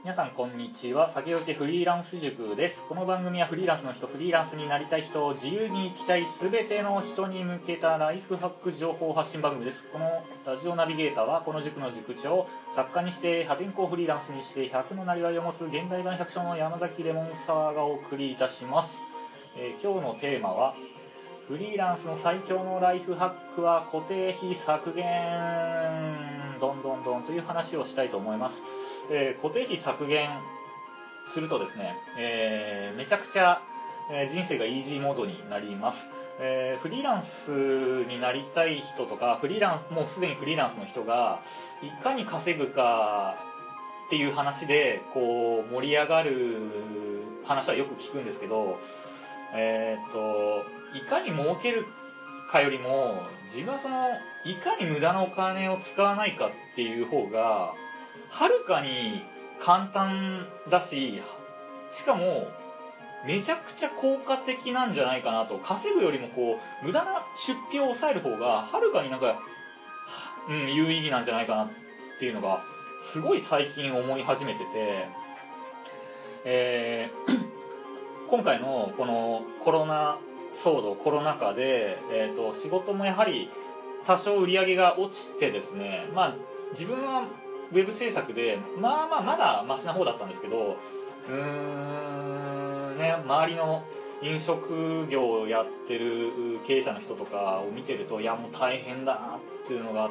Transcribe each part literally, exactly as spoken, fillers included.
皆さんこんにちは。先駆けフリーランス塾です。この番組はフリーランスの人、フリーランスになりたい人、自由に生きたい全ての人に向けたライフハック情報発信番組です。このラジオナビゲーターはこの塾の塾長、作家にして破天荒フリーランスにしてひゃくのなりわいを持つ現代版百姓の山崎レモンサワーがお送りいたします。えー、今日のテーマはフリーランスの最強のライフハックは固定費削減、どんどんどんという話をしたいと思います。えー、固定費削減するとですね、えー、めちゃくちゃ、えー、人生がイージーモードになります。えー、フリーランスになりたい人とか、フリーランスもうすでにフリーランスの人がいかに稼ぐかっていう話でこう盛り上がる話はよく聞くんですけど、えー、っといかに儲けるかよりも自分はそのいかに無駄なお金を使わないかっていう方がはるかに簡単だし、しかもめちゃくちゃ効果的なんじゃないかなと。稼ぐよりもこう無駄な出費を抑える方がはるかになんか、うん、有意義なんじゃないかなっていうのがすごい最近思い始めてて、えー、今回のこのコロナ騒動、コロナ禍で、えーと、仕事もやはり多少売り上げが落ちてですね、まあ自分はウェブ制作でまあまあまだマシな方だったんですけど、うーんね、周りの飲食業をやってる経営者の人とかを見てると、いやもう大変だなっていうのがあって、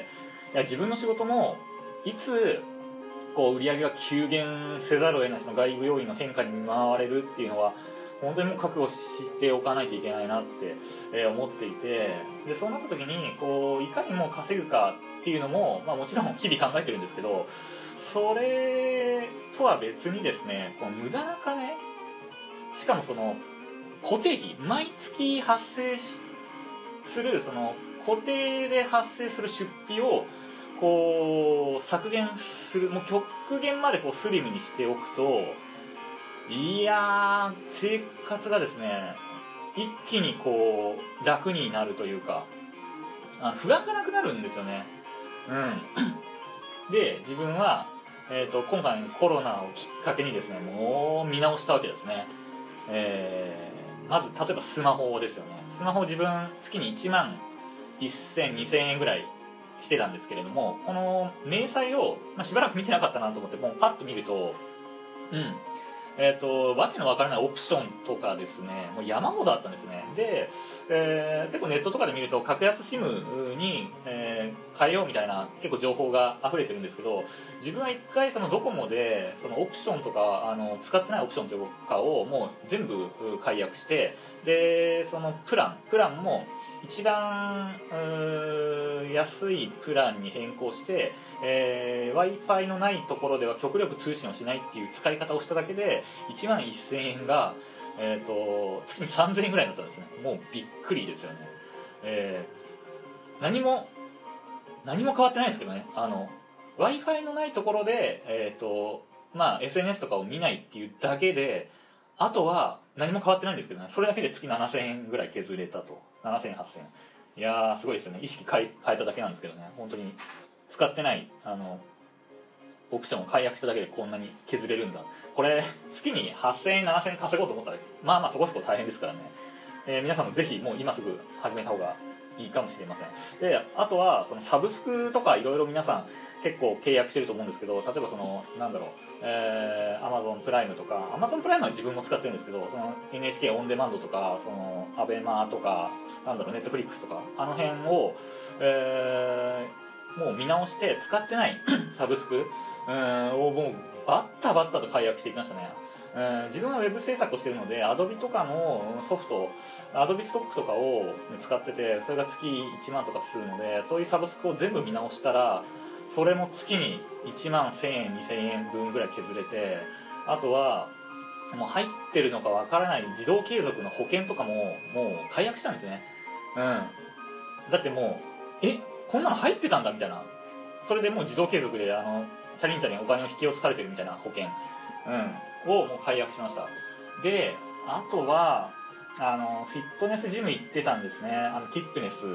いや自分の仕事もいつこう売り上げが急減せざるを得ないその外部要因の変化に見舞われるっていうのは本当にもう覚悟しておかないといけないなって、えー、思っていて、でそうなった時にこういかにも稼ぐかっていうのも、まあ、もちろん日々考えてるんですけど、それとは別にですね、この無駄な金、しかもその固定費、毎月発生しするその固定で発生する出費をこう削減する、もう極限までこうスリムにしておくと、いやー生活がですね一気にこう楽になるというか、あ不安がなくなるんですよね。うん、で自分は、えーと、今回のコロナをきっかけにですねもう見直したわけですね。えー、まず例えばスマホですよね。スマホ自分月にいちまんせんにせんえんぐらいしてたんですけれども、この明細を、まあ、しばらく見てなかったなと思ってもうパッと見ると、うんえーと、わけのわからないオプションとかですね、もう山ほどあったんですね。で、えー、結構ネットとかで見ると格安 SIM に、えー、変えようみたいな結構情報が溢れてるんですけど、自分は一回そのドコモでそのオプションとかあの使ってないオプションとかをもう全部解約して、でそのプランプランも一番安いプランに変更して、えー、Wi-Fi のないところでは極力通信をしないっていう使い方をしただけでいちまんせんえんが、えー、と月にさんぜんえんぐらいになったんですね。もうびっくりですよね。えー、何も何も変わってないんですけどね、あの Wi-Fi のないところで、えーとまあ、エスエヌエス とかを見ないっていうだけで、あとは何も変わってないんですけどね、それだけで月ななせんえんぐらい削れたと。ななせんえんはっせんえん、いやーすごいですよね。意識変え、変えただけなんですけどね、本当に使ってないあのオプションを解約しただけでこんなに削れるんだ。これ月にはっせんえんななせんえん稼ごうと思ったらまあまあそこそこ大変ですからね。えー、皆さんもぜひもう今すぐ始めた方がいいかもしれません。であとはそのサブスクとかいろいろ皆さん結構契約してると思うんですけど、例えばそのなんだろう、えー、Amazon プライムとか、 Amazon プライムは自分も使ってるんですけど、その エヌエイチケー オンデマンドとか、そのアベマとか、なんだろう、Netflix とか、あの辺を、えー、もう見直して使ってないサブスクをもうバッタバッタと解約していきましたね。自分はウェブ制作をしているので Adobe とかのソフト、 Adobe ストックとかを使ってて、それが月いちまんとかするので、そういうサブスクを全部見直したらそれも月にいちまんせんえんにせんえんぶんぐらい削れて、あとはもう入ってるのかわからない自動継続の保険とかももう解約したんですね。うんだってもうえこんなの入ってたんだみたいな、それでもう自動継続であのチャリンチャリンお金を引き落とされてるみたいな保険、うん、をもう解約しました。であとはあのフィットネスジム行ってたんですね。あのティップネス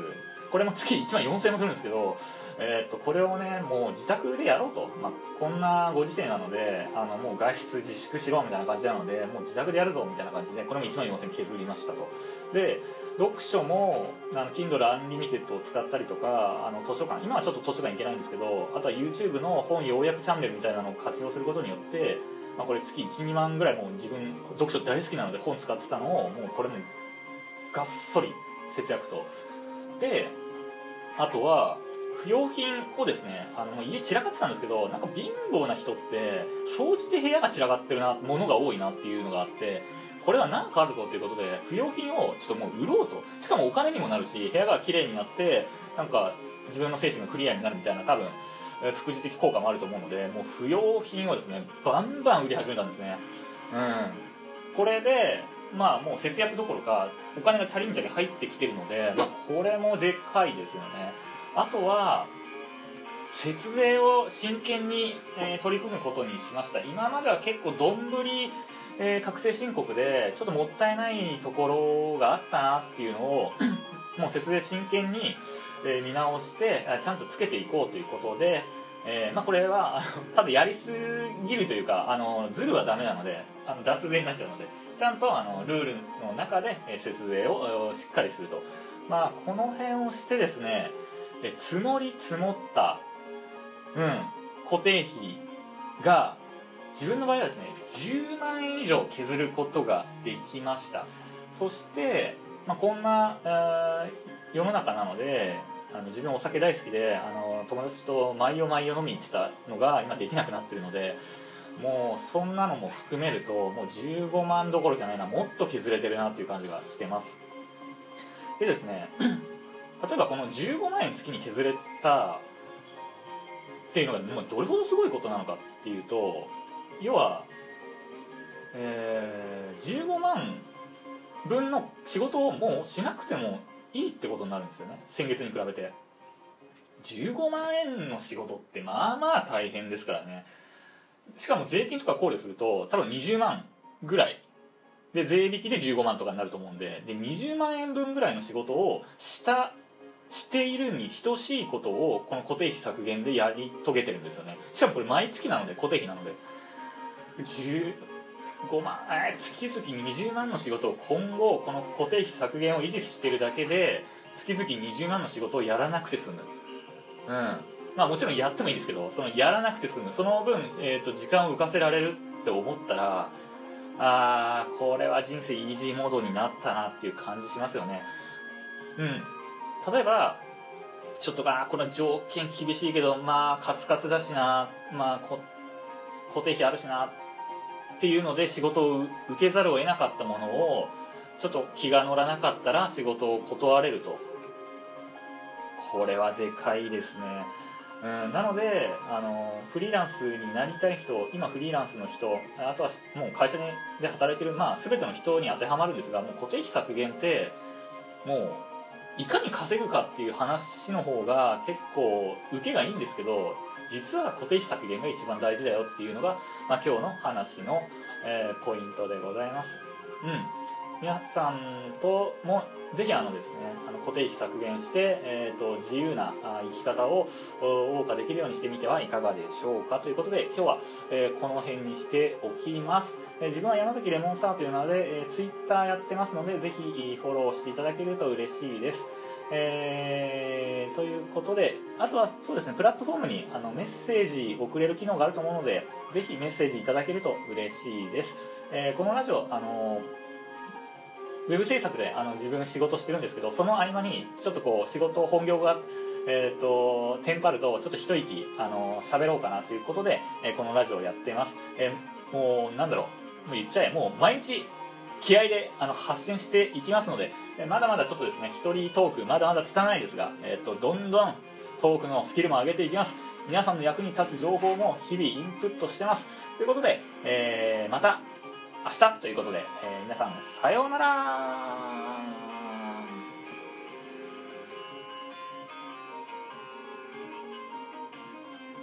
これも月いちまんよんせんえんもするんですけど、えー、っとこれをねもう自宅でやろうと、まあ、こんなご時世なのであのもう外出自粛しろみたいな感じなので、もう自宅でやるぞみたいな感じでこれもいちまんよんせんえん削りましたと。で読書もあの Kindle Unlimited を使ったりとか、あの図書館、今はちょっと図書館行けないんですけど、あとは YouTube の本要約チャンネルみたいなのを活用することによって、まあ、これ月いち、にまんぐらいもう自分読書大好きなので本使ってたのをもうこれもがっそり節約と。であとは不要品をですね、あの家散らかってたんですけど、なんか貧乏な人って総じて部屋が散らかってるな、ものが多いなっていうのがあって、これは何かあるぞということで不要品をちょっともう売ろうと。しかもお金にもなるし部屋が綺麗になってなんか自分の精神がクリアになるみたいな、多分副次的効果もあると思うので、もう不要品をですねバンバン売り始めたんですね。うんこれでまあもう節約どころかお金がチャリンチャリ入ってきてるので、まあ、これもでかいですよね。あとは節税を真剣に、えー、取り組むことにしました。今までは結構どんぶり、えー、確定申告でちょっともったいないところがあったなっていうのをもう節税真剣に、えー、見直してちゃんとつけていこうということで、えーまあ、これは多分やりすぎるというか、あのズルはダメなので、あの脱税になっちゃうので、ちゃんとあのルールの中で、えー、節税をしっかりすると。まあこの辺をしてですね、え積もり積もった、うん、固定費が自分の場合はですねじゅうまんえん以上削ることができました。そして、まあ、こんな、えー、世の中なので、あの自分お酒大好きであの友達と毎夜毎夜飲みに行ってたのが今できなくなってるので、もうそんなのも含めるともうじゅうごまんどころじゃないな、もっと削れてるなっていう感じがしてます。でですね例えばこのじゅうごまんえん月に削れたっていうのがどれほどすごいことなのかっていうと、要は、えー、じゅうごまんぶんの仕事をもうしなくてもいいってことになるんですよね。先月に比べてじゅうごまんえんの仕事ってまあまあ大変ですからね。しかも税金とか考慮すると多分にじゅうまんぐらいで税引きでじゅうごまんとかになると思うんで、でにじゅうまんえんぶんぐらいの仕事をしたしているに等しいことをこの固定費削減でやり遂げてるんですよね。しかもこれ毎月なので、固定費なのでじゅうごまん、えー、月々にじゅうまんの仕事を今後この固定費削減を維持してるだけで月々にじゅうまんの仕事をやらなくて済む。うんまあもちろんやってもいいんですけど、そのやらなくて済む、その分、えーと、時間を浮かせられるって思ったら、あーこれは人生イージーモードになったなっていう感じしますよね。うん例えばちょっとかな、この条件厳しいけどまあカツカツだしな、まあこ固定費あるしなっていうので仕事を受けざるを得なかったものをちょっと気が乗らなかったら仕事を断れると。これはでかいですね。うん、なのであのフリーランスになりたい人、今フリーランスの人、あとはもう会社で働いてる、まあ、全ての人に当てはまるんですが、もう固定費削減ってもういかに稼ぐかっていう話の方が結構受けがいいんですけど、実は固定費削減が一番大事だよっていうのが、まあ、今日の話の、えー、ポイントでございます。うん皆さんともぜひあのですね、あの固定費削減して、えー、と自由な生き方を謳歌できるようにしてみてはいかがでしょうかということで、今日は、えー、この辺にしておきます。えー、自分は山崎レモンサワーという名で、えー、ツイッターやってますので、ぜひフォローしていただけると嬉しいです。えー、ということで、あとはそうですね、プラットフォームにあのメッセージ送れる機能があると思うので、ぜひメッセージいただけると嬉しいです。えー、このラジオ、あのーウェブ制作であの自分仕事してるんですけど、その合間にちょっとこう仕事本業が、えー、とテンパるとちょっと一息あの喋ろうかなということで、えー、このラジオをやっています。えー、もうなんだろうもう言っちゃえ、もう毎日気合であの発信していきますので、えー、まだまだちょっとですね一人トークまだまだ拙いですが、えー、とどんどんトークのスキルも上げていきます。皆さんの役に立つ情報も日々インプットしてますということで、えー、また明日ということで、えー、皆さんさようなら。